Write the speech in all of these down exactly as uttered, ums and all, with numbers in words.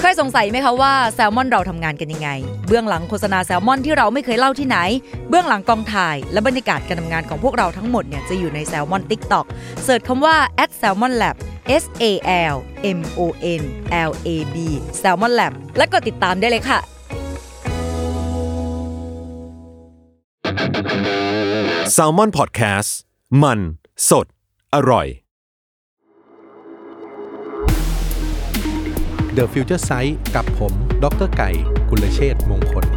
เคยสงสัยไหมคะว่าแซลมอนเราทำงานกันยังไงเบื้องหลังโฆษณาแซลมอนที่เราไม่เคยเล่าที่ไหนเบื้องหลังกองถ่ายและบรรยากาศการทำงานของพวกเราทั้งหมดเนี่ยจะอยู่ใน Salmon TikTok เสิร์ชคำว่า แอท แซลมอน แลบ S A L M O N L A B Salmon Lab และกดติดตามได้เลยค่ะ Salmon Podcast มันสดอร่อย The Future Sight กับผมดร.ไก่กุลเชษฐ์มงคล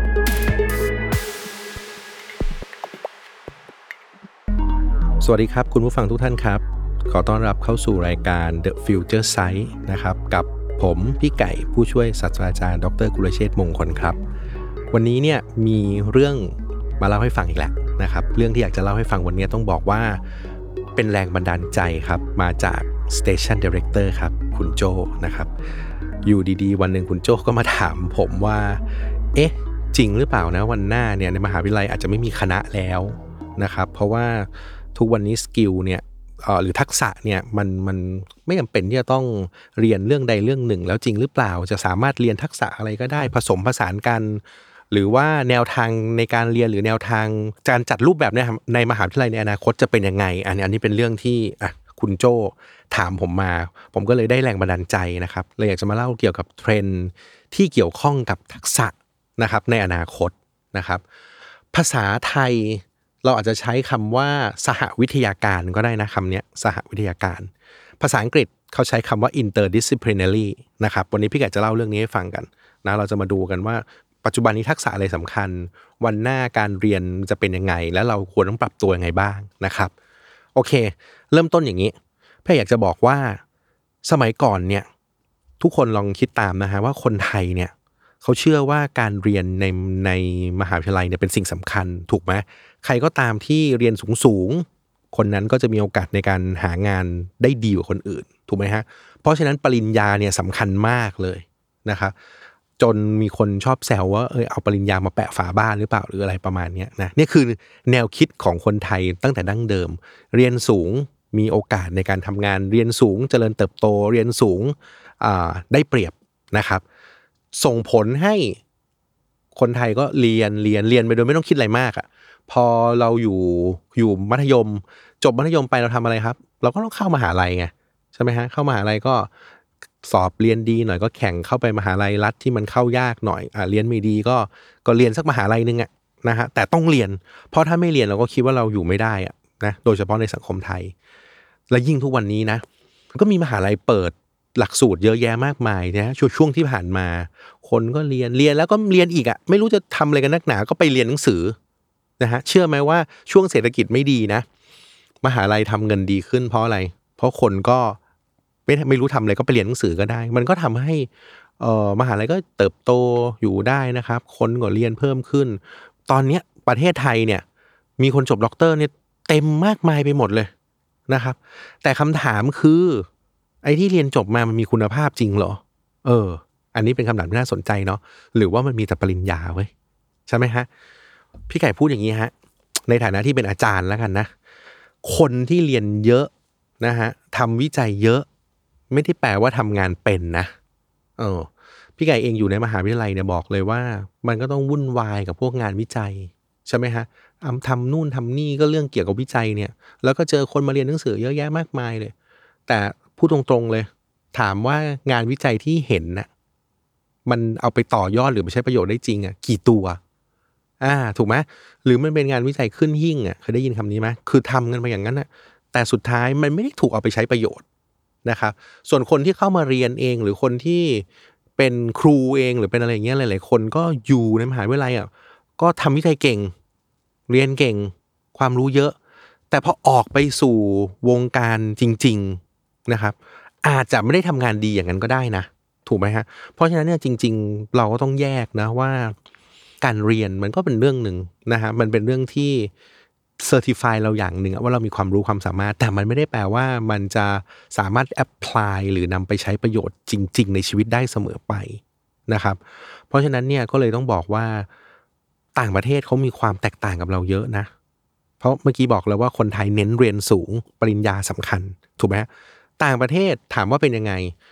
สวัสดีครับคุณผู้ฟังทุกท่านครับขอต้อนรับเข้าสู่รายการ The Future Sight นะครับกับผมพี่ไก่ผู้ช่วยศาสตราจารย์ดร.กุลเชษฐ์มงคลครับวันนี้เนี่ยมีเรื่องมาเล่าให้ฟังอีกแล้วนะครับเรื่องที่อยากจะเล่าให้ฟังวันนี้ต้องบอกว่าเป็นแรงบันดาลใจครับมาจาก Station Director ครับคุณโจนะครับอยู่ดีๆวันหนึ่งคุณโจก็มาถามผมว่าเอ๊ะจริงหรือเปล่านะวันหน้าเนี่ยในมหาวิทยาลัยอาจจะไม่มีคณะแล้วนะครับเพราะว่าทุกวันนี้สกิลเนี่ยเอ่อหรือทักษะเนี่ยมันมันไม่จำเป็นที่จะต้องเรียนเรื่องใดเรื่องหนึ่งแล้วจริงหรือเปล่าจะสามารถเรียนทักษะอะไรก็ได้ผสมผสานกันหรือว่าแนวทางในการเรียนหรือแนวทางการจัดรูปแบบเนี่ยในมหาวิทยาลัยในอนาคตจะเป็นยังไงอันนี้อันนี้เป็นเรื่องที่อ่ะคุณโจถามผมมาผมก็เลยได้แรงบันดาลใจนะครับเลยอยากจะมาเล่าเกี่ยวกับเทรนด์ที่เกี่ยวข้องกับทักษะนะครับในอนาคตนะครับภาษาไทยเราอาจจะใช้คำว่าสหวิทยาการก็ได้นะคำนี้สหวิทยาการภาษาอังกฤษเขาใช้คำว่า interdisciplinary นะครับวันนี้พี่แกจะเล่าเรื่องนี้ให้ฟังกันนะเราจะมาดูกันว่าปัจจุบันนี้ทักษะอะไรสำคัญวันหน้าการเรียนจะเป็นยังไงและเราควรต้องปรับตัวยังไงบ้างนะครับโอเคเริ่มต้นอย่างนี้พี่อยากจะบอกว่าสมัยก่อนเนี่ยทุกคนลองคิดตามนะฮะว่าคนไทยเนี่ยเขาเชื่อว่าการเรียนในในมหาวิทยาลัยเนี่ยเป็นสิ่งสำคัญถูกไหมใครก็ตามที่เรียนสูงๆคนนั้นก็จะมีโอกาสในการหางานได้ดีกว่าคนอื่นถูกไหมฮะเพราะฉะนั้นปริญญาเนี่ยสำคัญมากเลยนะครับจนมีคนชอบแซวว่าเออเอาปริญญามาแปะฝาบ้านหรือเปล่าหรืออะไรประมาณนี้นะนี่คือแนวคิดของคนไทยตั้งแต่ดั้งเดิมเรียนสูงมีโอกาสในการทำงานเรียนสูงเจริญเติบโตเรียนสูงอ่าได้เปรียบนะครับส่งผลให้คนไทยก็เรียนเรียนเรียนไปโดยไม่ต้องคิดอะไรมากอ่ะพอเราอยู่อยู่มัธยมจบมัธยมไปเราทำอะไรครับเราก็ต้องเข้ามหาลัยไงใช่ไหมฮะเข้ามหาลัยก็สอบเรียนดีหน่อยก็แข่งเข้าไปมหาลัยรัฐที่มันเข้ายากหน่อยอ่าเรียนไม่ดีก็ก็เรียนสักมหาลัยนึงอ่ะนะฮะแต่ต้องเรียนเพราะถ้าไม่เรียนเราก็คิดว่าเราอยู่ไม่ได้อ่ะนะโดยเฉพาะในสังคมไทยและยิ่งทุกวันนี้นะก็มีมหาลัยเปิดหลักสูตรเยอะแยะมากมายนะช่วงช่วงที่ผ่านมาคนก็เรียนเรียนแล้วก็เรียนอีกอ่ะไม่รู้จะทำอะไรกันนักหนาก็ไปเรียนหนังสือนะฮะเชื่อไหมว่าช่วงเศรษฐกิจไม่ดีนะมหาลัยทำเงินดีขึ้นเพราะอะไรเพราะคนก็ไม่ไม่รู้ทำอะไรก็ไปเรียนหนังสือก็ได้มันก็ทำให้เอ่อมหาลัยก็เติบโตอยู่ได้นะครับคนก็เรียนเพิ่มขึ้นตอนนี้ประเทศไทยเนี่ยมีคนจบด็อกเตอร์เนี่ยเต็มมากมายไปหมดเลยนะครับแต่คำถามคือไอ้ที่เรียนจบมามันมีคุณภาพจริงเหรอเอออันนี้เป็นคำถามที่น่าสนใจเนาะหรือว่ามันมีแต่ปริญญาเว้ยใช่ไหมฮะพี่ไก่พูดอย่างนี้ฮะในฐานะที่เป็นอาจารย์แล้วกันนะคนที่เรียนเยอะนะฮะทำวิจัยเยอะไม่ได้แปลว่าทำงานเป็นนะเออพี่ไก่เองอยู่ในมหาวิทยาลัยเนี่ยบอกเลยว่ามันก็ต้องวุ่นวายกับพวกงานวิจัยใช่ไหมฮะทำนู่นทำนี่ก็เรื่องเกี่ยวกับวิจัยเนี่ยแล้วก็เจอคนมาเรียนหนังสือเยอะแยะมากมายเลยแต่พูดตรงๆเลยถามว่างานวิจัยที่เห็นน่ะมันเอาไปต่อยอดหรือไปใช้ประโยชน์ได้จริงอ่ะกี่ตัวอ่าถูกไหมหรือมันเป็นงานวิจัยขึ้นหิ้งอ่ะเคยได้ยินคำนี้ไหมคือทำกันไปอย่างนั้นน่ะแต่สุดท้ายมันไม่ได้ถูกเอาไปใช้ประโยชน์นะครับส่วนคนที่เข้ามาเรียนเองหรือคนที่เป็นครูเองหรือเป็นอะไรอย่างเงี้ยหลายๆคนก็อยู่ในมหาวิทยาลัยอ่ะก็ทำวิจัยเก่งเรียนเก่งความรู้เยอะแต่พอออกไปสู่วงการจริงๆนะครับอาจจะไม่ได้ทำงานดีอย่างนั้นก็ได้นะถูกไหมฮะเพราะฉะนั้นเนี่ยจริงๆเราก็ต้องแยกนะว่าการเรียนมันก็เป็นเรื่องหนึ่งนะฮะมันเป็นเรื่องที่เซอร์ติฟายเราอย่างหนึ่งว่าเรามีความรู้ความสามารถแต่มันไม่ได้แปลว่ามันจะสามารถแอพพลายหรือนำไปใช้ประโยชน์จริงๆในชีวิตได้เสมอไปนะครับเพราะฉะนั้นเนี่ยก็เลยต้องบอกว่าต่างประเทศเขามีความแตกต่างกับเราเยอะนะเพราะเมื่อกี้บอกแล้วว่าคนไทยเน้นเรียนสูงปริญญาสำคัญถูกไหมต่างประเทศถามว่าเป็นยังไง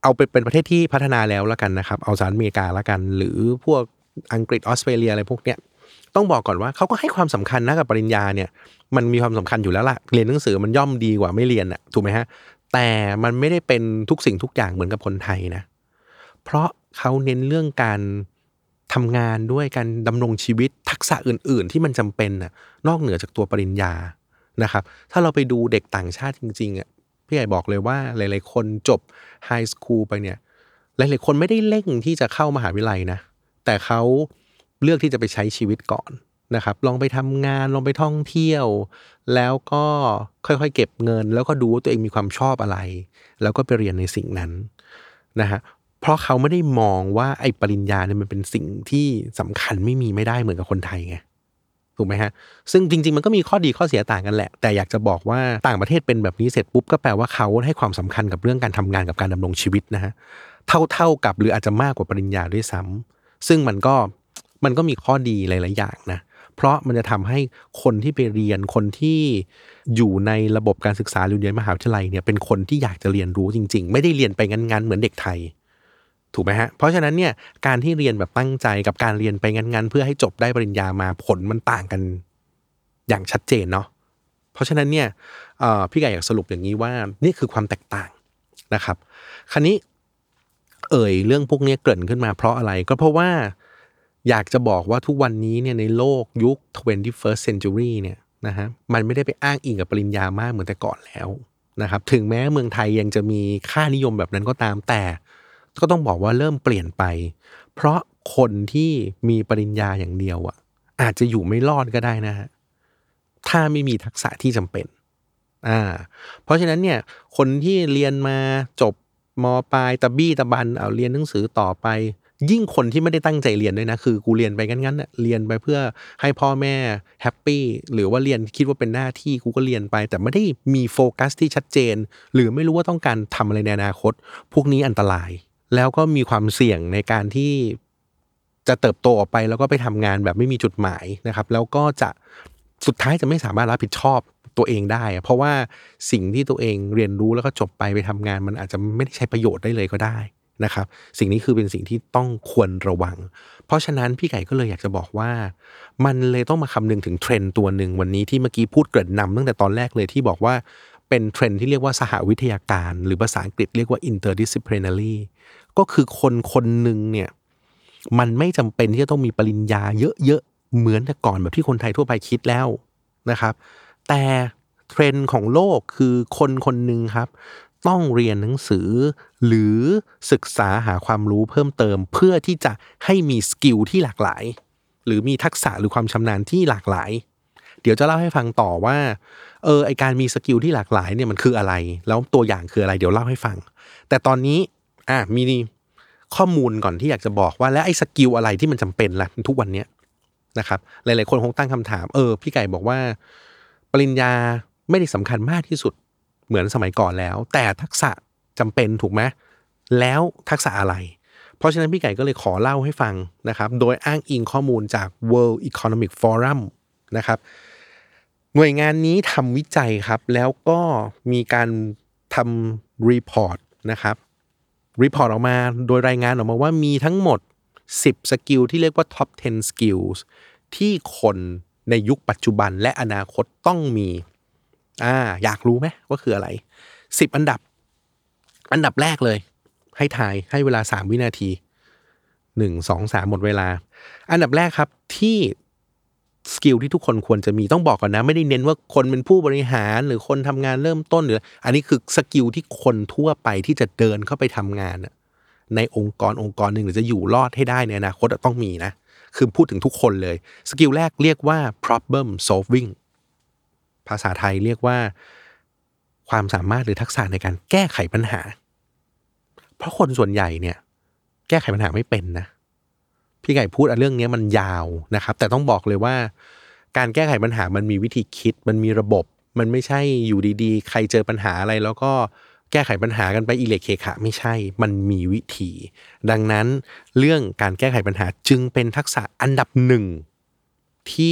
เอาเป็นเป็นประเทศที่พัฒนาแล้วละกันนะครับเอาสหรัฐอเมริกาละกันหรือพวกอังกฤษออสเตรเลียอะไรพวกเนี้ยต้องบอกก่อนว่าเขาก็ให้ความสำคัญนะกับปริญญาเนี่ยมันมีความสำคัญอยู่แล้วล่ะเรียนหนังสือมันย่อมดีกว่าไม่เรียนอ่ะถูกไหมฮะแต่มันไม่ได้เป็นทุกสิ่งทุกอย่างเหมือนกับคนไทยนะเพราะเขาเน้นเรื่องการทำงานด้วยการดำรงชีวิตทักษะอื่นๆที่มันจำเป็นน่ะนอกเหนือจากตัวปริญญานะครับถ้าเราไปดูเด็กต่างชาติจริงๆอ่ะพี่ใหญ่บอกเลยว่าหลายๆคนจบไฮสคูลไปเนี่ยหลายๆคนไม่ได้เร่งที่จะเข้ามหาวิทยาลัยนะแต่เขาเลือกที่จะไปใช้ชีวิตก่อนนะครับลองไปทำงานลองไปท่องเที่ยวแล้วก็ค่อยๆเก็บเงินแล้วก็ดูว่าตัวเองมีความชอบอะไรแล้วก็ไปเรียนในสิ่งนั้นนะฮะเพราะเขาไม่ได้มองว่าไอ้ปริญญาเนี่ยมันเป็นสิ่งที่สำคัญไม่มีไม่ได้เหมือนกับคนไทยไงถูกไหมฮะซึ่งจริงๆมันก็มีข้อดีข้อเสียต่างกันแหละแต่อยากจะบอกว่าต่างประเทศเป็นแบบนี้เสร็จปุ๊บก็แปลว่าเขาให้ความสำคัญกับเรื่องการทำงานกับการดำรงชีวิตนะฮะเท่าๆกับหรืออาจจะมากกว่าปริญญาด้วยซ้ำซึ่งมันก็มันก็มีข้อดีหลายๆอย่างนะเพราะมันจะทำให้คนที่ไปเรียนคนที่อยู่ในระบบการศึกษาหรือเรียนมหาวิทยาลัยเนี่ยเป็นคนที่อยากจะเรียนรู้จริงๆไม่ได้เรียนไปงั้นๆเหมือนเด็กไทยถูกไหมฮะเพราะฉะนั้นเนี่ยการที่เรียนแบบตั้งใจกับการเรียนไปงั้นๆเพื่อให้จบได้ปริญญามาผลมันต่างกันอย่างชัดเจนเนาะเพราะฉะนั้นเนี่ยพี่ไก่อยากสรุปอย่างนี้ว่านี่คือความแตกต่างนะครับคราวนี้เอ่ยเรื่องพวกนี้เกริ่นขึ้นมาเพราะอะไรก็เพราะว่าอยากจะบอกว่าทุกวันนี้เนี่ยในโลกยุค twenty-first century เนี่ยนะฮะมันไม่ได้ไปอ้างอิงกับปริญญามากเหมือนแต่ก่อนแล้วนะครับถึงแม้เมืองไทยยังจะมีค่านิยมแบบนั้นก็ตามแต่ก็ต้องบอกว่าเริ่มเปลี่ยนไปเพราะคนที่มีปริญญาอย่างเดียวอ่ะอาจจะอยู่ไม่รอดก็ได้นะฮะถ้าไม่มีทักษะที่จำเป็นอ่าเพราะฉะนั้นเนี่ยคนที่เรียนมาจบม.ปลายตะบี้ตะบันเอาเรียนหนังสือต่อไปยิ่งคนที่ไม่ได้ตั้งใจเรียนด้วยนะคือกูเรียนไปงั้นๆน่ะเรียนไปเพื่อให้พ่อแม่แฮปปี้หรือว่าเรียนคิดว่าเป็นหน้าที่กูก็เรียนไปแต่ไม่ได้มีโฟกัสที่ชัดเจนหรือไม่รู้ว่าต้องการทำอะไรในอนาคตพวกนี้อันตรายแล้วก็มีความเสี่ยงในการที่จะเติบโตออกไปแล้วก็ไปทำงานแบบไม่มีจุดหมายนะครับแล้วก็จะสุดท้ายจะไม่สามารถรับผิดชอบตัวเองได้เพราะว่าสิ่งที่ตัวเองเรียนรู้แล้วก็จบไปไปทำงานมันอาจจะไม่ได้ใช้ประโยชน์ได้เลยก็ได้นะครับสิ่งนี้คือเป็นสิ่งที่ต้องควรระวังเพราะฉะนั้นพี่ไก่ก็เลยอยากจะบอกว่ามันเลยต้องมาคำนึงถึงเทรนด์ตัวหนึ่งวันนี้ที่เมื่อกี้พูดเกริ่นนำตั้งแต่ตอนแรกเลยที่บอกว่าเป็นเทรนด์ที่เรียกว่าสหวิทยาการหรือภาษาอังกฤษเรียกว่า interdisciplinary ก็คือคนคนหนึ่งเนี่ยมันไม่จำเป็นที่จะต้องมีปริญญาเยอะๆเหมือนแต่ก่อนแบบที่คนไทยทั่วไปคิดแล้วนะครับแต่เทรนด์ของโลกคือคนคนหนึ่งครับต้องเรียนหนังสือหรือศึกษาหาความรู้เพิ่มเติมเพื่อที่จะให้มีสกิลที่หลากหลายหรือมีทักษะหรือความชำนาญที่หลากหลายเดี๋ยวจะเล่าให้ฟังต่อว่าเออไอการมีสกิลที่หลากหลายเนี่ยมันคืออะไรแล้วตัวอย่างคืออะไรเดี๋ยวเล่าให้ฟังแต่ตอนนี้อ่ะมีข้อมูลก่อนที่อยากจะบอกว่าแล้วไอสกิลอะไรที่มันจำเป็นล่ะทุกวันนี้นะครับหลายๆคนคงตั้งคำถามเออพี่ไก่บอกว่าปริญญาไม่ได้สำคัญมากที่สุดเหมือนสมัยก่อนแล้วแต่ทักษะจำเป็นถูกไหมแล้วทักษะอะไรเพราะฉะนั้นพี่ไก่ก็เลยขอเล่าให้ฟังนะครับโดยอ้างอิงข้อมูลจาก World Economic Forum นะครับหน่วยงานนี้ทำวิจัยครับแล้วก็มีการทำรีพอร์ตนะครับรีพอร์ตออกมาโดยรายงานออกมาว่ามีทั้งหมดสิบสกิลที่เรียกว่า top ten skills ที่คนในยุคปัจจุบันและอนาคตต้องมีอ่าอยากรู้ไหมว่าคืออะไรสิบอันดับอันดับแรกเลยให้ทายให้เวลาสามวินาทีหนึ่ง สอง สามหมดเวลาอันดับแรกครับที่สกิลที่ทุกคนควรจะมีต้องบอกก่อนนะไม่ได้เน้นว่าคนเป็นผู้บริหารหรือคนทำงานเริ่มต้นหรืออันนี้คือสกิลที่คนทั่วไปที่จะเดินเข้าไปทำงานในองค์กรองค์กรนึงหรือจะอยู่รอดให้ได้ในอนาคตต้องมีนะคือพูดถึงทุกคนเลยสกิลแรกเรียกว่า problem solving ภาษาไทยเรียกว่าความสามารถหรือทักษะในการแก้ไขปัญหาเพราะคนส่วนใหญ่เนี่ยแก้ไขปัญหาไม่เป็นนะพี่ไก่พูดเรื่องนี้มันยาวนะครับแต่ต้องบอกเลยว่าการแก้ไขปัญหามันมีวิธีคิดมันมีระบบมันไม่ใช่อยู่ดีๆใครเจอปัญหาอะไรแล้วก็แก้ไขปัญหากันไปอิเล็กเคขะไม่ใช่มันมีวิธีดังนั้นเรื่องการแก้ไขปัญหาจึงเป็นทักษะอันดับหนึ่งที่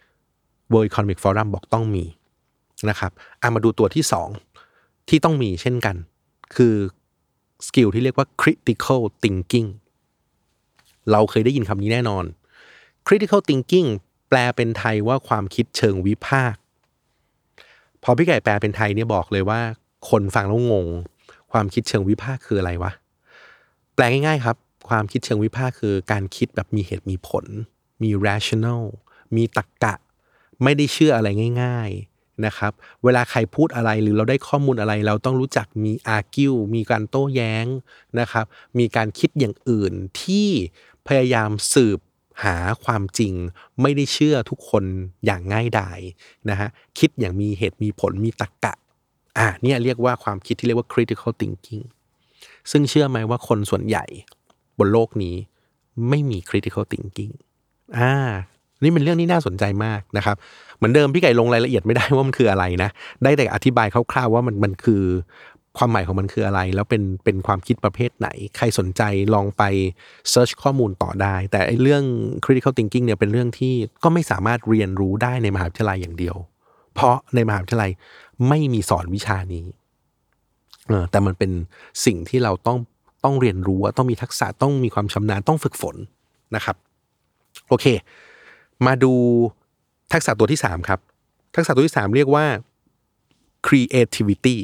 World Economic Forum บอกต้องมีนะครับเอามาดูตัวที่สองที่ต้องมีเช่นกันคือสกิลที่เรียกว่า critical thinking เราเคยได้ยินคำนี้แน่นอน critical thinking แปลเป็นไทยว่าความคิดเชิงวิพากษ์พอพี่ไก่แปลเป็นไทยเนี่ยบอกเลยว่าคนฟังแล้วงงความคิดเชิงวิพากษ์คืออะไรวะแปลง่ายๆครับความคิดเชิงวิพากษ์คือการคิดแบบมีเหตุมีผลมี rational มีตรรกะไม่ได้เชื่ออะไรง่ายๆนะครับเวลาใครพูดอะไรหรือเราได้ข้อมูลอะไรเราต้องรู้จักมี argue มีการโต้แย้งนะครับมีการคิดอย่างอื่นที่พยายามสืบหาความจริงไม่ได้เชื่อทุกคนอย่างง่ายดายนะฮะคิดอย่างมีเหตุมีผลมีตรรกะอ่ะเนี่ยเรียกว่าความคิดที่เรียกว่า critical thinking ซึ่งเชื่อไหมว่าคนส่วนใหญ่บนโลกนี้ไม่มี critical thinking อ่านี่เป็นเรื่องที่น่าสนใจมากนะครับเหมือนเดิมพี่ไก่ลงรายละเอียดไม่ได้ว่ามันคืออะไรนะได้แต่อธิบายคร่าวๆว่ามันมันคือความหมายของมันคืออะไรแล้วเป็นเป็นความคิดประเภทไหนใครสนใจลองไปเซิร์ชข้อมูลต่อได้แต่ไอ้เรื่อง critical thinking เนี่ยเป็นเรื่องที่ก็ไม่สามารถเรียนรู้ได้ในมหาวิทยาลัยอย่างเดียวเพราะในมหาวิทยาลัยไม่มีสอนวิชานี้เออแต่มันเป็นสิ่งที่เราต้องต้องเรียนรู้ต้องมีทักษะต้องมีความชำนาญต้องฝึกฝนนะครับโอเคมาดูทักษะตัวที่สามครับทักษะตัวที่สามเรียกว่า creativity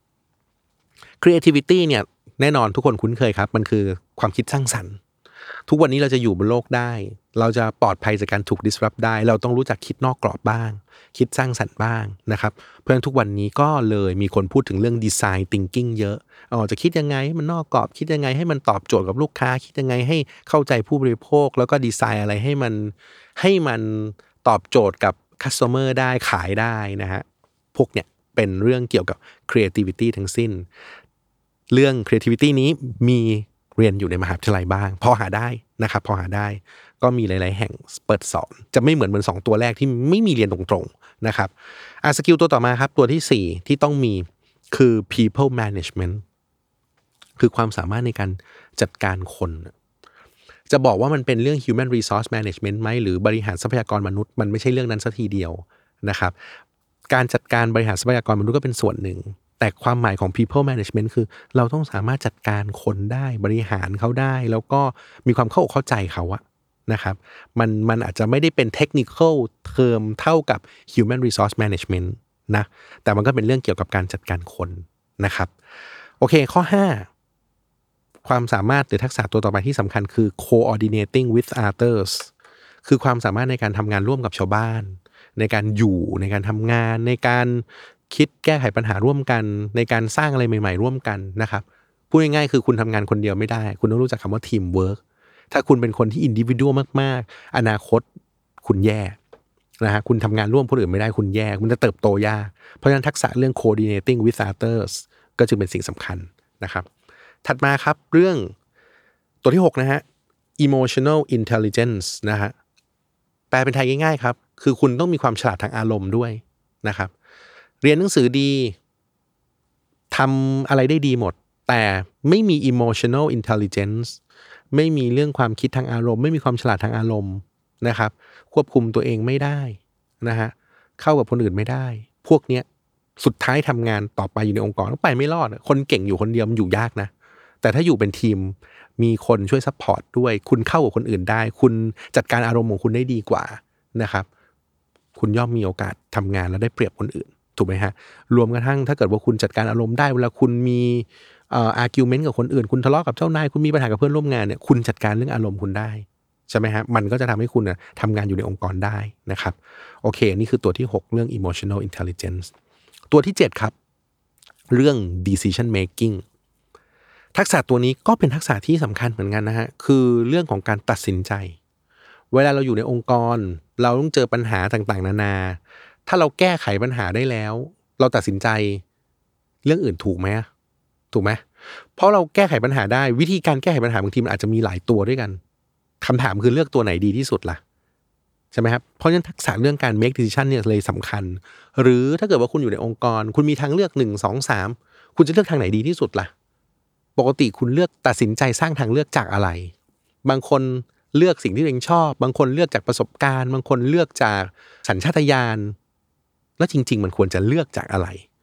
creativity เนี่ยแน่นอนทุกคนคุ้นเคยครับมันคือความคิดสร้างสรรค์ทุกวันนี้เราจะอยู่บนโลกได้เราจะปลอดภัยจากการถูก disrupt ได้เราต้องรู้จักคิดนอกกรอบบ้างคิดสร้างสรรค์บ้างนะครับเพราะฉะนั้นทุกวันนี้ก็เลยมีคนพูดถึงเรื่อง design thinking เยอะอ๋อจะคิดยังไงให้มันนอกกรอบคิดยังไงให้มันตอบโจทย์กับลูกค้าคิดยังไงให้เข้าใจผู้บริโภคแล้วก็ดีไซน์อะไรให้มันให้มันตอบโจทย์กับ customer ได้ขายได้นะฮะพวกเนี่ยเป็นเรื่องเกี่ยวกับ creativity ทั้งสิ้นเรื่อง creativity นี้มีเรียนอยู่ในมหาวิทยาลัยบ้างพอหาได้นะครับพอหาได้ก็มีหลายๆแห่งเปิดสอนจะไม่เหมือนเหมือนสองตัวแรกที่ไม่มีเรียนตรงๆนะครับอ่ะสกิลตัวต่อมาครับตัวที่สี่ที่ต้องมีคือ people management คือความสามารถในการจัดการคนจะบอกว่ามันเป็นเรื่อง human resource management ไหมหรือบริหารทรัพยากรมนุษย์มันไม่ใช่เรื่องนั้นซะทีเดียวนะครับการจัดการบริหารทรัพยากรมนุษย์ก็เป็นส่วนหนึ่งแต่ความหมายของ people management คือเราต้องสามารถจัดการคนได้บริหารเขาได้แล้วก็มีความเข้าอกเข้าใจเขาอะนะครับมันมันอาจจะไม่ได้เป็น technical term เท่ากับ human resource management นะแต่มันก็เป็นเรื่องเกี่ยวกับการจัดการคนนะครับโอเคข้อห้าความสามารถหรือทักษะตัวต่อไปที่สำคัญคือ coordinating with others คือความสามารถในการทำงานร่วมกับชาวบ้านในการอยู่ในการทำงานในการคิดแก้ไขปัญหาร่วมกันในการสร้างอะไรใหม่ๆร่วมกันนะครับพูดง่ายๆคือคุณทำงานคนเดียวไม่ได้คุณต้องรู้จักคำว่าทีมเวิร์คถ้าคุณเป็นคนที่อินดิวิวมากๆอนาคตคุณแย่นะฮะคุณทำงานร่วมคนอื่นไม่ได้คุณแย่คุณจะเติบโตยากเพราะฉะนั้นทักษะเรื่อง coordinating with others ก็จึงเป็นสิ่งสำคัญนะครับถัดมาครับเรื่องตัวที่หกนะฮะ emotional intelligence นะฮะแปลเป็นไทยง่ายๆครับคือคุณต้องมีความฉลาดทางอารมณ์ด้วยนะครับเรียนหนังสือดีทำอะไรได้ดีหมดแต่ไม่มี emotional intelligence ไม่มีเรื่องความคิดทางอารมณ์ไม่มีความฉลาดทางอารมณ์นะครับควบคุมตัวเองไม่ได้นะฮะเข้ากับคนอื่นไม่ได้พวกเนี้ยสุดท้ายทำงานต่อไปอยู่ในองค์กรต้องไปไม่รอดคนเก่งอยู่คนเดียวมันอยู่ยากนะแต่ถ้าอยู่เป็นทีมมีคนช่วยซัพพอร์ตด้วยคุณเข้ากับคนอื่นได้คุณจัดการอารมณ์ของคุณได้ดีกว่านะครับคุณย่อมมีโอกาสทำงานแล้วได้เปรียบคนอื่นถูกไหมฮะรวมกระทั่งถ้าเกิดว่าคุณจัดการอารมณ์ได้เวลาคุณมีเอ่อ argument กับคนอื่นคุณทะเลาะกับเจ้านายคุณมีปัญหากับเพื่อนร่วมงานเนี่ยคุณจัดการเรื่องอารมณ์คุณได้ใช่ไหมฮะมันก็จะทำให้คุณนะทำงานอยู่ในองค์กรได้นะครับโอเคนี่คือตัวที่หกเรื่อง emotional intelligence ตัวที่เจ็ดครับเรื่อง decision making ทักษะตัวนี้ก็เป็นทักษะที่สำคัญเหมือนกันนะฮะคือเรื่องของการตัดสินใจเวลาเราอยู่ในองค์กรเราต้องเจอปัญหาต่างๆนานาถ้าเราแก้ไขปัญหาได้แล้วเราตัดสินใจเรื่องอื่นถูกไหมถูกไหมเพราะเราแก้ไขปัญหาได้วิธีการแก้ไขปัญหาบางทีมันอาจจะมีหลายตัวด้วยกันคำถามคือเลือกตัวไหนดีที่สุดล่ะใช่ไหมครับเพราะฉะนั้นทักษะเรื่องการ make decision เนี่ยเลยสำคัญหรือถ้าเกิดว่าคุณอยู่ในองค์กรคุณมีทางเลือกหนึ่ง สอง สามคุณจะเลือกทางไหนดีที่สุดล่ะปกติคุณเลือกตัดสินใจสร้างทางเลือกจากอะไรบางคนเลือกสิ่งที่ตัวเองชอบบางคนเลือกจากประสบการณ์บางคนเลือกจากสัญชาตญาณแล้วจริงๆมันควรจะเลือกจากอะไร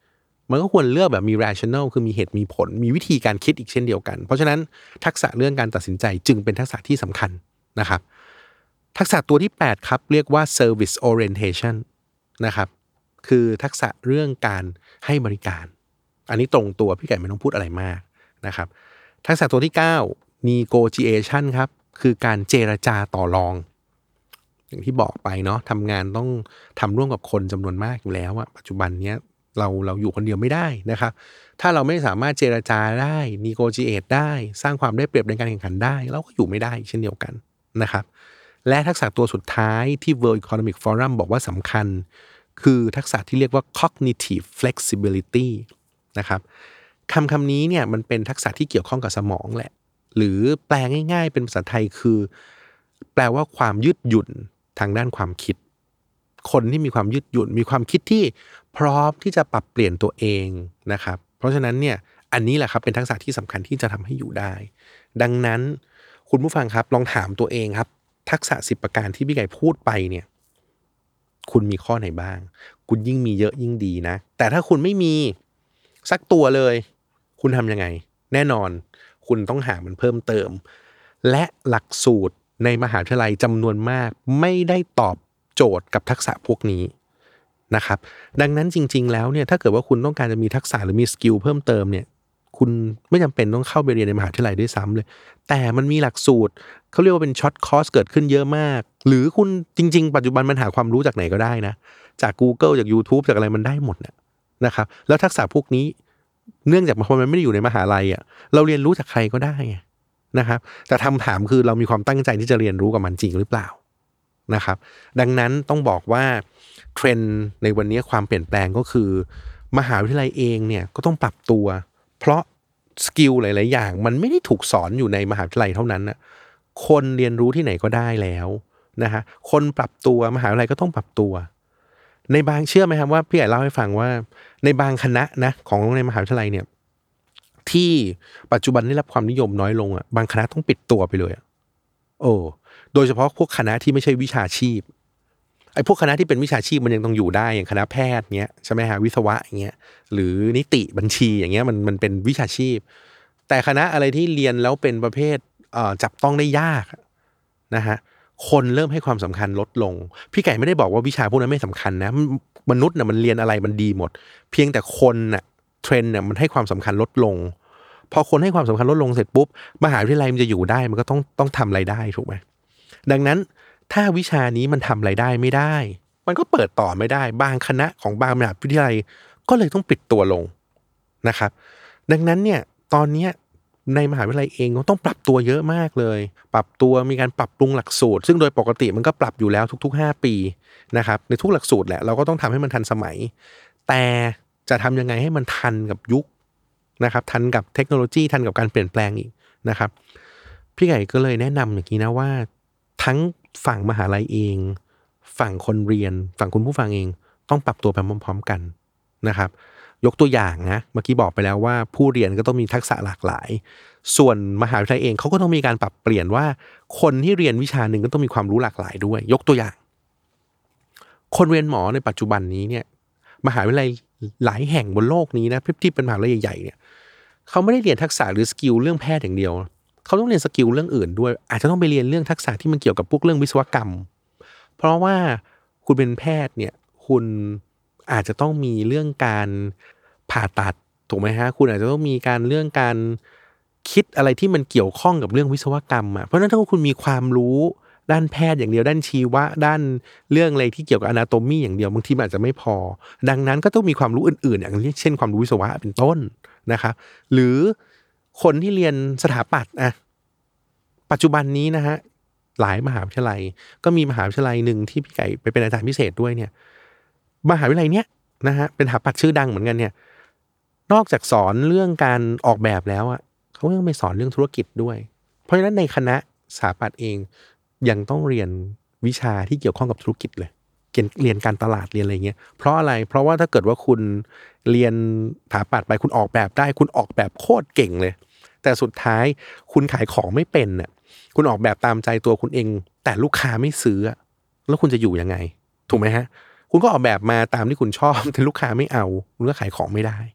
มันก็ควรเลือกแบบมี rational คือมีเหตุมีผลมีวิธีการคิดอีกเช่นเดียวกันเพราะฉะนั้นทักษะเรื่องการตัดสินใจจึงเป็นทักษะที่สำคัญนะครับทักษะตัวที่แปดครับเรียกว่า service orientation นะครับคือทักษะเรื่องการให้บริการอันนี้ตรงตัวพี่ไก่ไม่ต้องพูดอะไรมากนะครับทักษะตัวที่เก้า negotiation ครับคือการเจรจาต่อรองอย่างที่บอกไปเนาะทำงานต้องทำร่วมกับคนจำนวนมากอยู่แล้วอะปัจจุบันเนี้ยเราเราอยู่คนเดียวไม่ได้นะครับถ้าเราไม่สามารถเจรจาได้ negotiate ได้สร้างความได้เปรียบในการแข่งขันได้เราก็อยู่ไม่ได้เช่นเดียวกันนะครับและทักษะตัวสุดท้ายที่ World Economic Forum บอกว่าสำคัญคือทักษะที่เรียกว่า cognitive flexibility นะครับคำคำนี้เนี่ยมันเป็นทักษะที่เกี่ยวข้องกับสมองแหละหรือแปลง่ายๆเป็นภาษาไทยคือแปลว่าความยืดหยุ่นทางด้านความคิดคนที่มีความยืดหยุ่นมีความคิดที่พร้อมที่จะปรับเปลี่ยนตัวเองนะครับเพราะฉะนั้นเนี่ยอันนี้แหละครับเป็นทักษะที่สำคัญที่จะทำให้อยู่ได้ดังนั้นคุณผู้ฟังครับลองถามตัวเองครับทักษะสิบประการที่พี่ไก่พูดไปเนี่ยคุณมีข้อไหนบ้างคุณยิ่งมีเยอะยิ่งดีนะแต่ถ้าคุณไม่มีสักตัวเลยคุณทำยังไงแน่นอนคุณต้องหามันเพิ่มเติมและหลักสูตรในมหาวิทยาลัยจำนวนมากไม่ได้ตอบโจทย์กับทักษะพวกนี้นะครับดังนั้นจริงๆแล้วเนี่ยถ้าเกิดว่าคุณต้องการจะมีทักษะหรือมีสกิลเพิ่มเติมเนี่ยคุณไม่จำเป็นต้องเข้าไปเรียนในมหาวิทยาลัยด้วยซ้ำเลยแต่มันมีหลักสูตรเขาเรียกว่าเป็นช็อตคอร์สเกิดขึ้นเยอะมากหรือคุณจริงๆปัจจุบันมันหาความรู้จากไหนก็ได้นะจาก Google จาก YouTube จากอะไรมันได้หมดนะนะครับแล้วทักษะพวกนี้เนื่องจากมันไม่ได้อยู่ในมหาลัยอ่ะเราเรียนรู้จากใครก็ได้นะครับแต่คำถามคือเรามีความตั้งใจที่จะเรียนรู้กับมันจริงหรือเปล่านะครับดังนั้นต้องบอกว่าเทรนด์ในวันนี้ความเปลี่ยนแปลงก็คือมหาวิทยาลัยเองเนี่ยก็ต้องปรับตัวเพราะสกิลหลายๆอย่างมันไม่ได้ถูกสอนอยู่ในมหาวิทยาลัยเท่านั้นนะคนเรียนรู้ที่ไหนก็ได้แล้วนะฮะคนปรับตัวมหาวิทยาลัยก็ต้องปรับตัวในบางเชื่อไหมครับว่าพี่ใหญ่เล่าให้ฟังว่าในบางคณะนะของในมหาวิทยาลัยเนี่ยที่ปัจจุบันได้รับความนิยมน้อยลงอ่ะบางคณะต้องปิดตัวไปเลยอ่ะโอ้โดยเฉพาะพวกคณะที่ไม่ใช่วิชาชีพไอ้พวกคณะที่เป็นวิชาชีพมันยังต้องอยู่ได้อย่างคณะแพทย์เงี้ยใช่ไหมฮะวิศวะอย่างเงี้ยหรือนิติบัญชีอย่างเงี้ยมันมันเป็นวิชาชีพแต่คณะอะไรที่เรียนแล้วเป็นประเภทเอ่อจับต้องได้ยากนะฮะคนเริ่มให้ความสำคัญลดลงพี่ไก่ไม่ได้บอกว่าวิชาพวกนั้นไม่สำคัญนะมนุษย์น่ะมันเรียนอะไรมันดีหมดเพียงแต่คนน่ะเทรนด์น่ะมันให้ความสำคัญลดลงพอคนให้ความสำคัญลดลงเสร็จปุ๊บมหาวิทยาลัยมันจะอยู่ได้มันก็ต้องต้องทำรายได้ถูกไหมดังนั้นถ้าวิชานี้มันทำรายได้ไม่ได้มันก็เปิดต่อไม่ได้บางคณะของบางมหาวิทยาลัยก็เลยต้องปิดตัวลงนะครับดังนั้นเนี่ยตอนนี้ในมหาวิทยาลัยเองก็ต้องปรับตัวเยอะมากเลยปรับตัวมีการปรับปรุงหลักสูตรซึ่งโดยปกติมันก็ปรับอยู่แล้วทุกๆห้าปีนะครับในทุกหลักสูตรแหละเราก็ต้องทำให้มันทันสมัยแต่จะทำยังไงให้มันทันกับยุคนะครับทันกับเทคโนโลยีทันกับการเปลี่ยนแปลงอีกนะครับพี่ไก่ก็เลยแนะนำอย่างนี้นะว่าทั้งฝั่งมหาลัยเองฝั่งคนเรียนฝั่งคุณผู้ฟังเองต้องปรับตัวไปพร้อมๆกันนะครับยกตัวอย่างนะเมื่อกี้บอกไปแล้วว่าผู้เรียนก็ต้องมีทักษะหลากหลายส่วนมหาวิทยาลัยเองเขาก็ต้องมีการปรับเปลี่ยนว่าคนที่เรียนวิชาหนึ่งก็ต้องมีความรู้หลากหลายด้วยยกตัวอย่างคนเรียนหมอในปัจจุบันนี้เนี่ยมหาวิทยาลัยหลายแห่งบนโลกนี้นะที่เป็นมหาวิทยาลัยใหญ่ๆเนี่ยเขาไม่ได้เรียนทักษะหรือสกิลเรื่องแพทย์อย่างเดียวเขาต้องเรียนสกิลเรื่องอื่นด้วยอาจจะต้องไปเรียนเรื่องทักษะที่มันเกี่ยวกับพวกเรื่องวิศวกรรมเพราะว่าคุณเป็นแพทย์เนี่ยคุณอาจจะต้องมีเรื่องการผ่าตัดถูกไหมฮะคุณอาจจะต้องมีการเรื่องการคิดอะไรที่มันเกี่ยวข้องกับเรื่องวิศวกรรมอ่ะเพราะฉะนั้นถ้าคุณมีความรู้ด้านแพทย์อย่างเดียวด้านชีวะด้านเรื่องอะไรที่เกี่ยวกับอนาโตมีอย่างเดียวบางทีมันอาจจะไม่พอดังนั้นก็ต้องมีความรู้อื่นๆอย่างเช่นความรู้วิศวะเป็นต้นนะครับหรือคนที่เรียนสถาปัตย์อ่ะปัจจุบันนี้นะฮะหลายมหาวิทยาลัยก็มีมหาวิทยาลัยหนึ่งที่พี่ไก่ไปเป็นอาจารย์พิเศษด้วยเนี่ยมหาวิทยาลัยเนี้ยนะฮะเป็นสถาปัตย์ชื่อดังเหมือนกันเนี่ยนอกจากสอนเรื่องการออกแบบแล้วอ่ะเขายังไปสอนเรื่องธุรกิจด้วยเพราะฉะนั้นในคณะสถาปัตย์เองยังต้องเรียนวิชาที่เกี่ยวข้องกับธุรกิจเลยเรียนการตลาดเรียนอะไรเงี้ยเพราะอะไรเพราะว่าถ้าเกิดว่าคุณเรียนสถาปัตย์ไปคุณออกแบบได้คุณออกแบบโคตรเก่งเลยแต่สุดท้ายคุณขายของไม่เป็นน่ะคุณออกแบบตามใจตัวคุณเองแต่ลูกค้าไม่ซื้อแล้วคุณจะอยู่ยังไงถูกไหมฮะคุณก็ออกแบบมาตามที่คุณชอบแต่ลูกค้าไม่เอาคุณก็ขายของไม่ได้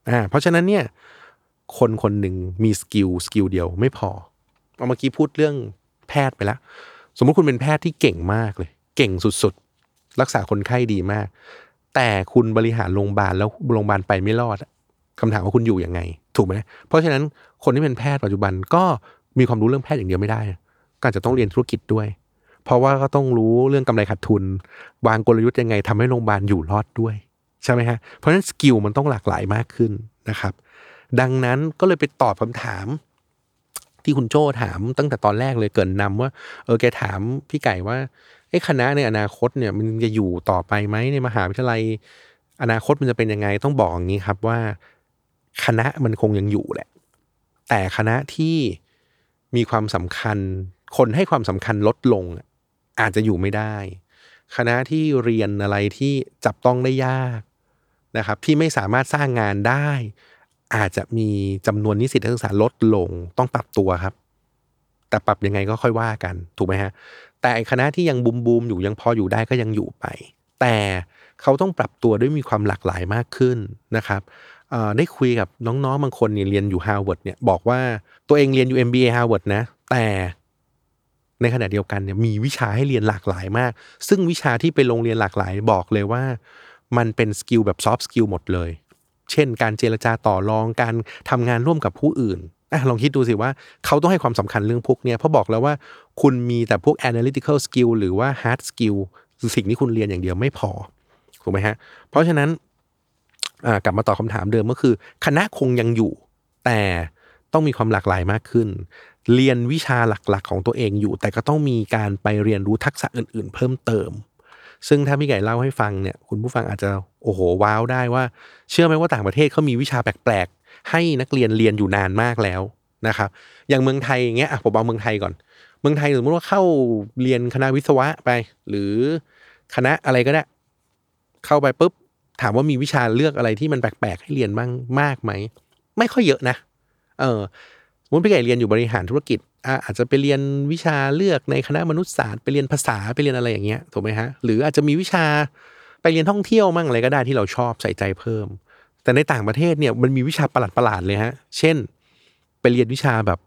อ่าเพราะฉะนั้นเนี่ยคนคนหนึ่งมีสกิลสกิลเดียวไม่พอเอาเมื่อกี้พูดเรื่องแพทย์ไปแล้วสมมุติคุณเป็นแพทย์ที่เก่งมากเลยเก่งสุดๆรักษาคนไข้ดีมากแต่คุณบริหารโรงพยาบาลแล้วโรงพยาบาลไปไม่รอดคำถามว่าคุณอยู่ยังไงถูกไหมเพราะฉะนั้นคนที่เป็นแพทย์ปัจจุบันก็มีความรู้เรื่องแพทย์อย่างเดียวไม่ได้ก็อาจจะต้องเรียนธุรกิจด้วยเพราะว่าก็ต้องรู้เรื่องกำไรขาดทุนวางกลยุทธ์ยังไงทำให้โรงพยาบาลอยู่รอดด้วยใช่ไหมฮะเพราะฉะนั้นสกิลมันต้องหลากหลายมากขึ้นนะครับดังนั้นก็เลยไปตอบคำถามที่คุณโจ้ถามตั้งแต่ตอนแรกเลยเกินนำว่าเออแกถามพี่ไก่ว่าไอ้คณะในอนาคตเนี่ยมันจะอยู่ต่อไปไหมในมหาวิทยาลัยอนาคตมันจะเป็นยังไงต้องบอกอย่างนี้ครับว่าคณะมันคงยังอยู่แหละแต่คณะที่มีความสำคัญคนให้ความสำคัญลดลงอาจจะอยู่ไม่ได้คณะที่เรียนอะไรที่จับต้องได้ยากนะครับที่ไม่สามารถสร้างงานได้อาจจะมีจำนวนนิสิตนักศึกษาลดลงต้องปรับตัวครับแต่ปรับยังไงก็ค่อยว่ากันถูกไหมฮะแต่คณะที่ยังบูมบูมอยู่ยังพออยู่ได้ก็ยังอยู่ไปแต่เขาต้องปรับตัวด้วยมีความหลากหลายมากขึ้นนะครับได้คุยกับน้องๆบางคนเนี่ยเรียนอยู่ Harvard เนี่ยบอกว่าตัวเองเรียนอยู่ เอ็ม บี เอ Harvard นะแต่ในขณะเดียวกันเนี่ยมีวิชาให้เรียนหลากหลายมากซึ่งวิชาที่ไปโรงเรียนหลากหลายบอกเลยว่ามันเป็นสกิลแบบซอฟต์สกิลหมดเลยเช่นการเจรจาต่อรองการทำงานร่วมกับผู้อื่นอ่ะลองคิดดูสิว่าเขาต้องให้ความสำคัญเรื่องพวกเนี้ยเพราะบอกแล้วว่าคุณมีแต่พวก analytical skill หรือว่า hard skill สิ่งที่คุณเรียนอย่างเดียวไม่พอถูกไหมฮะเพราะฉะนั้นอ่ากลับมาตอบคำถามเดิมก็คือคณะคงยังอยู่แต่ต้องมีความหลากหลายมากขึ้นเรียนวิชาหลักๆของตัวเองอยู่แต่ก็ต้องมีการไปเรียนรู้ทักษะอื่นๆเพิ่มเติมซึ่งถ้าพี่ไก่เล่าให้ฟังเนี่ยคุณผู้ฟังอาจจะโอ้โหว้าวได้ว่าเชื่อไหมว่าต่างประเทศเขามีวิชาแปลกๆให้นักเรียนเรียนอยู่นานมากแล้วนะครับอย่างเมืองไทยอย่างเงี้ยอ่ะผมเอาเมืองไทยก่อนเมืองไทยสมมติว่าเข้าเรียนคณะวิศวะไปหรือคณะอะไรก็ได้เข้าไปปุ๊บถามว่ามีวิชาเลือกอะไรที่มันแปลกๆให้เรียนบ้างมากไหมไม่ค่อยเยอะนะเออสมมติพี่ไก่เรียนอยู่บริหารธุรกิจอาจจะไปเรียนวิชาเลือกในคณะมนุษยศาสตร์ไปเรียนภาษาไปเรียนอะไรอย่างเงี้ยถูกไหมฮะหรืออาจจะมีวิชาไปเรียนท่องเที่ยวมั่งอะไรก็ได้ที่เราชอบใส่ใจเพิ่มแต่ในต่างประเทศเนี่ยมันมีวิชาประหลาดๆเลยฮะเช่นไปเรียนวิชาแบบ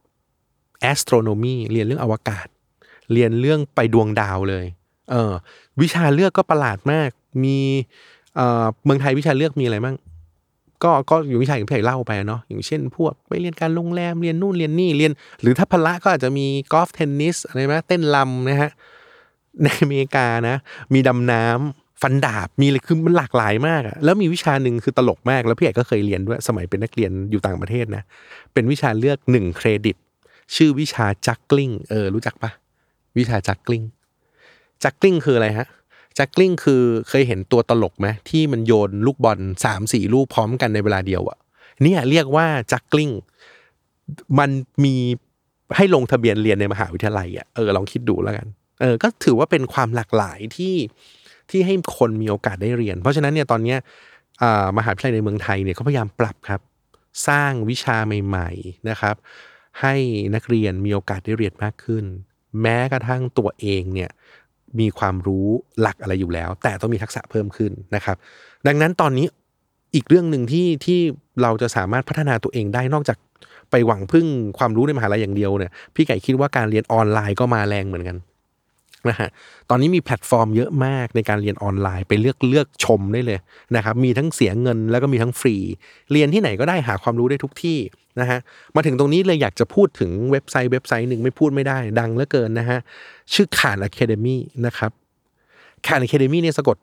astronomy เรียนเรื่องอวกาศเรียนเรื่องไปดวงดาวเลยเออวิชาเลือกก็ประหลาดมากมีเอ่อเมืองไทยวิชาเลือกมีอะไรมั่งก็ก็อยู่วิชาอย่างที่พี่เล่าไปเนาะอย่างเช่นพวกไปเรียนการโรงแรมเรียนนู่นเรียนนี่เรียนหรือถ้าพละก็อาจจะมีกอล์ฟเทนนิสอะไรมั้ยเต้นรำนะฮะในอเมริกานะมีดำน้ำฟันดาบมีเลยคือมันหลากหลายมากอ่ะแล้วมีวิชานึงคือตลกมากแล้วพี่เอกก็เคยเรียนด้วยสมัยเป็นนักเรียนอยู่ต่างประเทศนะเป็นวิชาเลือกหนึ่งเครดิตชื่อวิชาจักกลิ้งเออรู้จักปะวิชาจักกลิ้งจักกลิ้งคืออะไรฮะจักกลิ้งคือเคยเห็นตัวตลกไหมที่มันโยนลูกบอล สามสี่ ลูกพร้อมกันในเวลาเดียวอ่ะเนี่ยเรียกว่าจักกลิ้งมันมีให้ลงทะเบียนเรียนในมหาวิทยาลัยอ่ะเออลองคิดดูแล้วกันเออก็ถือว่าเป็นความหลากหลายที่ที่ให้คนมีโอกาสได้เรียนเพราะฉะนั้นเนี่ยตอนนี้อ่ามหาวิทยาลัยในเมืองไทยเนี่ยเขาพยายามปรับครับสร้างวิชาใหม่ๆนะครับให้นักเรียนมีโอกาสได้เรียนมากขึ้นแม้กระทั่งตัวเองเนี่ยมีความรู้หลักอะไรอยู่แล้วแต่ต้องมีทักษะเพิ่มขึ้นนะครับดังนั้นตอนนี้อีกเรื่องนึงที่ที่เราจะสามารถพัฒนาตัวเองได้นอกจากไปหวังพึ่งความรู้ในมหาลัยอย่างเดียวเนี่ยพี่ไก่คิดว่าการเรียนออนไลน์ก็มาแรงเหมือนกันนะฮะตอนนี้มีแพลตฟอร์มเยอะมากในการเรียนออนไลน์ไปเลือกเลือกชมได้เลยนะครับมีทั้งเสียเงินแล้วก็มีทั้งฟรีเรียนที่ไหนก็ได้หาความรู้ได้ทุกที่นะฮะมาถึงตรงนี้เลยอยากจะพูดถึงเว็บไซต์เว็บไซต์หนึ่งไม่พูดไม่ได้ดังเหลือเกินนะฮะชื่อข่าน Academy นะครับข่าน Academy เนี่ยสะกด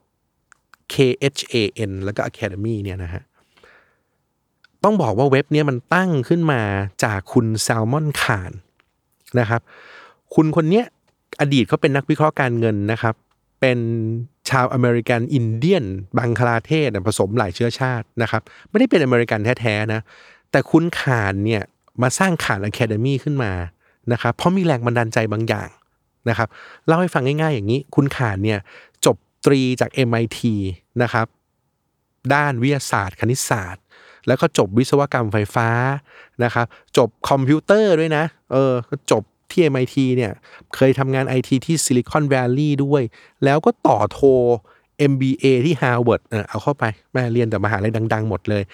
K H A N แล้วก็ Academy เนี่ยนะฮะต้องบอกว่าเว็บนี้มันตั้งขึ้นมาจากคุณแซลมอนข่านนะครับคุณคนเนี้ยอดีตเขาเป็นนักวิเคราะห์การเงินนะครับเป็นชาวอเมริกันอินเดียนบังคลาเทศผสมหลายเชื้อชาตินะครับไม่ได้เป็นอเมริกันแท้ๆนะแต่คุณข่านเนี่ยมาสร้างข่าน Academy ขึ้นมานะครับเพราะมีแรงบันดาลใจบางอย่างนะครับเล่าให้ฟังง่ายๆอย่างนี้คุณข่านเนี่ยจบตรีจาก เอ็ม ไอ ที นะครับด้านวิทยาศาสตร์คณิตศาสตร์แล้วก็จบวิศวกรรมไฟฟ้านะครับจบคอมพิวเตอร์ด้วยนะเออก็จบที่ เอ็ม ไอ ที เนี่ยเคยทำงาน ไอ ที ที่ Silicon Valley ด้วยแล้วก็ต่อโท เอ็ม บี เอ ที่ Harvard เออเอาเข้าไปแม่เรียนแต่มหาลัยดังๆหมดเลย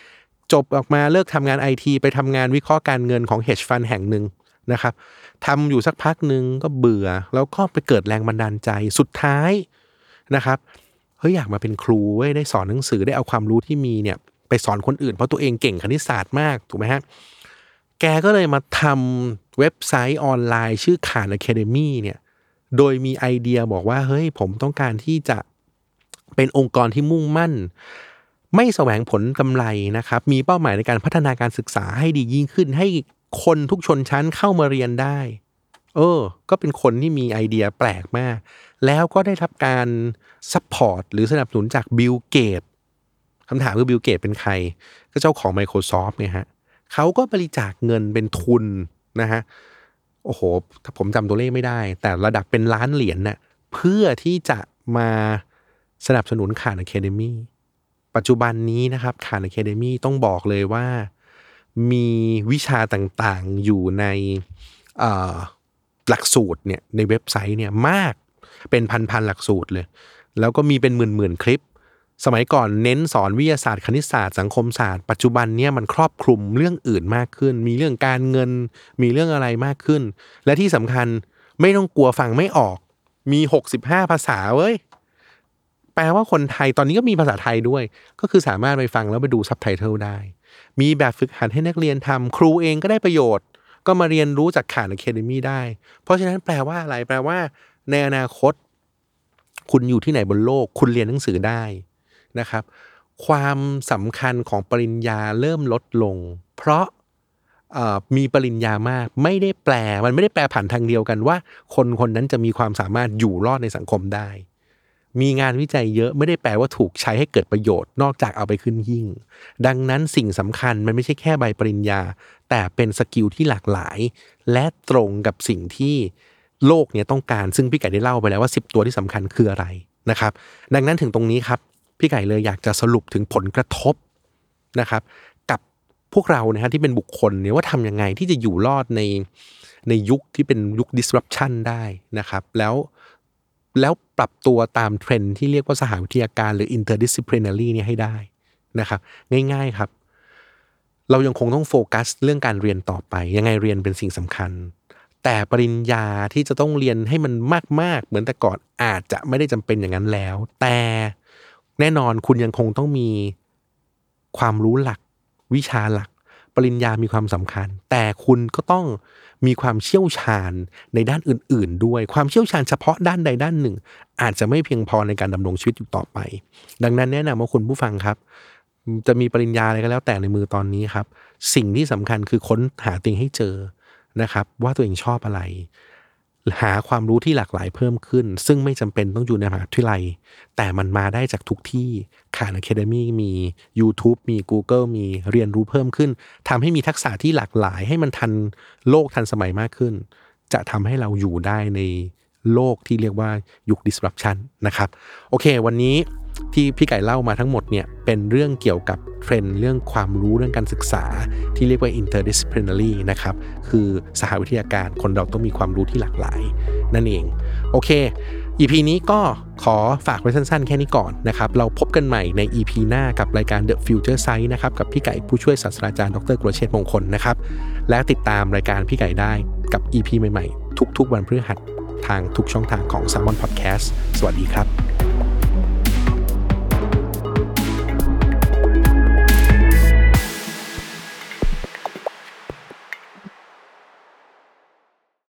จบออกมาเลิกทำงาน ไอ ที ไปทำงานวิเคราะห์การเงินของ hedge fund แห่งหนึ่งนะครับทำอยู่สักพักหนึ่งก็เบื่อแล้วก็ไปเกิดแรงบันดาลใจสุดท้ายนะครับเฮ้ยอยากมาเป็นครูเว้ยได้สอนหนังสือได้เอาความรู้ที่มีเนี่ยไปสอนคนอื่นเพราะตัวเองเก่งคณิตศาสตร์มากถูกไหมฮะแกก็เลยมาทำเว็บไซต์ออนไลน์ชื่อข่าน Academy เนี่ยโดยมีไอเดียบอกว่าเฮ้ยผมต้องการที่จะเป็นองค์กรที่มุ่งมั่นไม่แสวงผลกำไรนะครับมีเป้าหมายในการพัฒนาการศึกษาให้ดียิ่งขึ้นให้คนทุกชนชั้นเข้ามาเรียนได้เออก็เป็นคนที่มีไอเดียแปลกมากแล้วก็ได้รับการซัพพอร์ตหรือสนับสนุนจากบิลเกตคำถามคือบิลเกตเป็นใครก็เจ้าของ Microsoft เนี่ยฮะเขาก็บริจาคเงินเป็นทุนนะฮะโอ้โหถ้าผมจำตัวเลขไม่ได้แต่ระดับเป็นล้านเหรียญน่ะเพื่อที่จะมาสนับสนุนข่าน Academy ปัจจุบันนี้นะครับข่าน Academy ต้องบอกเลยว่ามีวิชาต่างๆอยู่ในหลักสูตรเนี่ยในเว็บไซต์เนี่ยมากเป็นพันๆหลักสูตรเลยแล้วก็มีเป็นหมื่นๆคลิปสมัยก่อนเน้นสอนวิทยาศาสตร์คณิตศาสตร์สังคมศาสตร์ปัจจุบันเนี่ยมันครอบคลุมเรื่องอื่นมากขึ้นมีเรื่องการเงินมีเรื่องอะไรมากขึ้นและที่สำคัญไม่ต้องกลัวฟังไม่ออกมีหกสิบห้าภาษาเว้ยแปลว่าคนไทยตอนนี้ก็มีภาษาไทยด้วยก็คือสามารถไปฟังแล้วไปดูซับไตเติลได้มีแบบฝึกหัดให้นักเรียนทำครูเองก็ได้ประโยชน์ก็มาเรียนรู้จากข่าน Academy ได้เพราะฉะนั้นแปลว่าอะไรแปลว่าในอนาคตคุณอยู่ที่ไหนบนโลกคุณเรียนหนังสือได้นะครับความสำคัญของปริญญาเริ่มลดลงเพราะมีปริญญามากไม่ได้แปลมันไม่ได้แปลผ่านทางเดียวกันว่าคนคนนั้นจะมีความสามารถอยู่รอดในสังคมได้มีงานวิจัยเยอะไม่ได้แปลว่าถูกใช้ให้เกิดประโยชน์นอกจากเอาไปขึ้นหิ้งดังนั้นสิ่งสำคัญมันไม่ใช่แค่ใบปริญญาแต่เป็นสกิลที่หลากหลายและตรงกับสิ่งที่โลกเนี่ยต้องการซึ่งพี่ไก่ได้เล่าไปแล้วว่าสิบตัวที่สำคัญคืออะไรนะครับดังนั้นถึงตรงนี้ครับพี่ไก่เลยอยากจะสรุปถึงผลกระทบนะครับกับพวกเรานะฮะที่เป็นบุคคลเนี่ยว่าทำยังไงที่จะอยู่รอดในในยุคที่เป็นยุค disruption ได้นะครับแล้วแล้วปรับตัวตามเทรนด์ที่เรียกว่าสหวิทยาการหรือ interdisciplinary เนี่ยให้ได้นะครับง่ายๆครับเรายังคงต้องโฟกัสเรื่องการเรียนต่อไปยังไงเรียนเป็นสิ่งสำคัญแต่ปริญญาที่จะต้องเรียนให้มันมากๆเหมือนแต่ก่อนอาจจะไม่ได้จำเป็นอย่างนั้นแล้วแต่แน่นอนคุณยังคงต้องมีความรู้หลักวิชาหลักปริญญามีความสำคัญแต่คุณก็ต้องมีความเชี่ยวชาญในด้านอื่นๆด้วยความเชี่ยวชาญเฉพาะด้านใดด้านหนึ่งอาจจะไม่เพียงพอในการดำรงชีวิตอยู่ต่อไปดังนั้นแนะนำว่าคุณผู้ฟังครับจะมีปริญญาอะไรก็แล้วแต่ในมือตอนนี้ครับสิ่งที่สำคัญคือค้นหาตัวเองให้เจอนะครับว่าตัวเองชอบอะไรหาความรู้ที่หลากหลายเพิ่มขึ้นซึ่งไม่จำเป็นต้องอยู่ในมหาวิทยาลัยแต่มันมาได้จากทุกที่ข่าน Academy มี YouTube มี Google มีเรียนรู้เพิ่มขึ้นทำให้มีทักษะที่หลากหลายให้มันทันโลกทันสมัยมากขึ้นจะทำให้เราอยู่ได้ในโลกที่เรียกว่ายุค disruption นะครับโอเควันนี้ที่พี่ไก่เล่ามาทั้งหมดเนี่ยเป็นเรื่องเกี่ยวกับเทรนด์เรื่องความรู้เรื่องการศึกษาที่เรียกว่า interdisciplinary นะครับคือสหวิทยาการคนเราต้องมีความรู้ที่หลากหลายนั่นเองโอเค อี พี นี้ก็ขอฝากไว้สั้นๆแค่นี้ก่อนนะครับเราพบกันใหม่ใน อี พี หน้ากับรายการ The Future Sight นะครับกับพี่ไก่ผู้ช่วยศาสตราจารย์ดร.กุลเชษฐ์มงคลนะครับและติดตามรายการพี่ไก่ได้กับ อี พี ใหม่ๆทุกๆวันพฤหัสทางทุกช่องทางของ Salmon Podcast สวัสดีครับ